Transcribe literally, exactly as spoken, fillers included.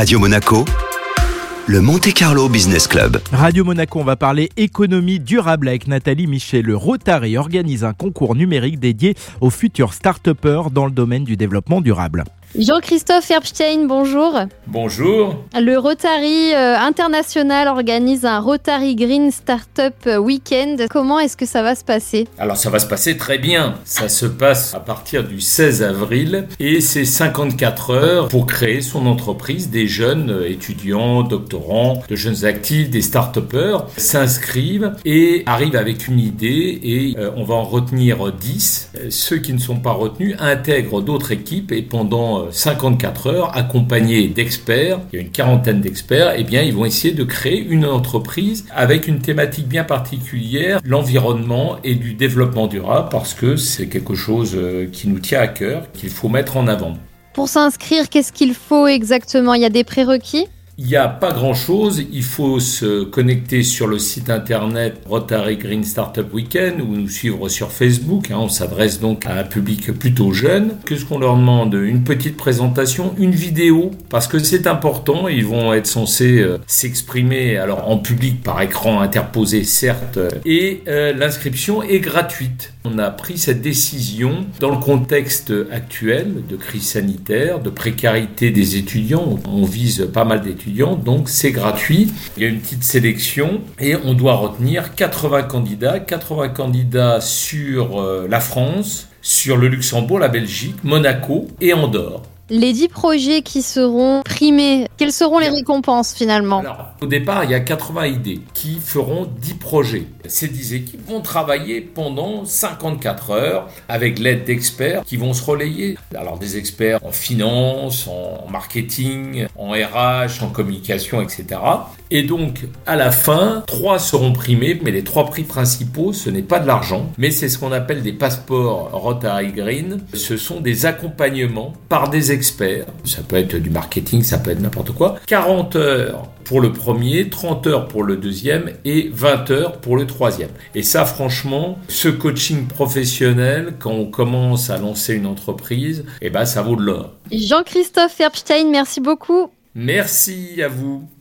Radio Monaco, le Monte Carlo Business Club. Radio Monaco, on va parler économie durable avec Nathalie Michet. Le Rotary organise un concours numérique dédié aux futurs start-upers dans le domaine du développement durable. Jean-Christophe Herbstein, bonjour. Bonjour. Le Rotary euh, International organise un Rotary Green Startup Weekend. Comment est-ce que ça va se passer ? Alors ça va se passer très bien. Ça se passe à partir du seize avril et c'est cinquante-quatre heures pour créer son entreprise. Des jeunes étudiants, doctorants, de jeunes actifs, des start-upers s'inscrivent et arrivent avec une idée et euh, on va en retenir dix. Ceux qui ne sont pas retenus intègrent d'autres équipes et pendant cinquante-quatre heures, accompagnés d'experts, il y a une quarantaine d'experts, eh bien, ils vont essayer de créer une entreprise avec une thématique bien particulière, l'environnement et du développement durable, parce que c'est quelque chose qui nous tient à cœur, qu'il faut mettre en avant. Pour s'inscrire, qu'est-ce qu'il faut exactement ? Il y a des prérequis ? Il n'y a pas grand-chose, il faut se connecter sur le site internet Rotary Green Startup Weekend ou nous suivre sur Facebook. Hein, on s'adresse donc à un public plutôt jeune. Qu'est-ce qu'on leur demande ? Une petite présentation, une vidéo, parce que c'est important. Ils vont être censés euh, s'exprimer alors en public par écran interposé, certes, et euh, l'inscription est gratuite. On a pris cette décision dans le contexte actuel de crise sanitaire, de précarité des étudiants. On vise pas mal d'étudiants, donc c'est gratuit. Il y a une petite sélection et on doit retenir quatre-vingts candidats. quatre-vingts candidats sur euh, la France, sur le Luxembourg, la Belgique, Monaco et Andorre. Les dix projets qui seront primés, quelles seront les récompenses finalement ? Alors, au départ, il y a quatre-vingts idées qui feront dix projets. Ces dix équipes vont travailler pendant cinquante-quatre heures avec l'aide d'experts qui vont se relayer. Alors, des experts en finance, en marketing, en R H, en communication, et cetera. Et donc, à la fin, trois seront primés, mais les trois prix principaux, ce n'est pas de l'argent, mais c'est ce qu'on appelle des passeports Rotary Green. Ce sont des accompagnements par des experts. Ça peut être du marketing, ça peut être n'importe quoi. quarante heures pour le premier, trente heures pour le deuxième et vingt heures pour le troisième. Et ça, franchement, ce coaching professionnel, quand on commence à lancer une entreprise, eh ben, ça vaut de l'or. Jean-Christophe Herbstein, merci beaucoup. Merci à vous.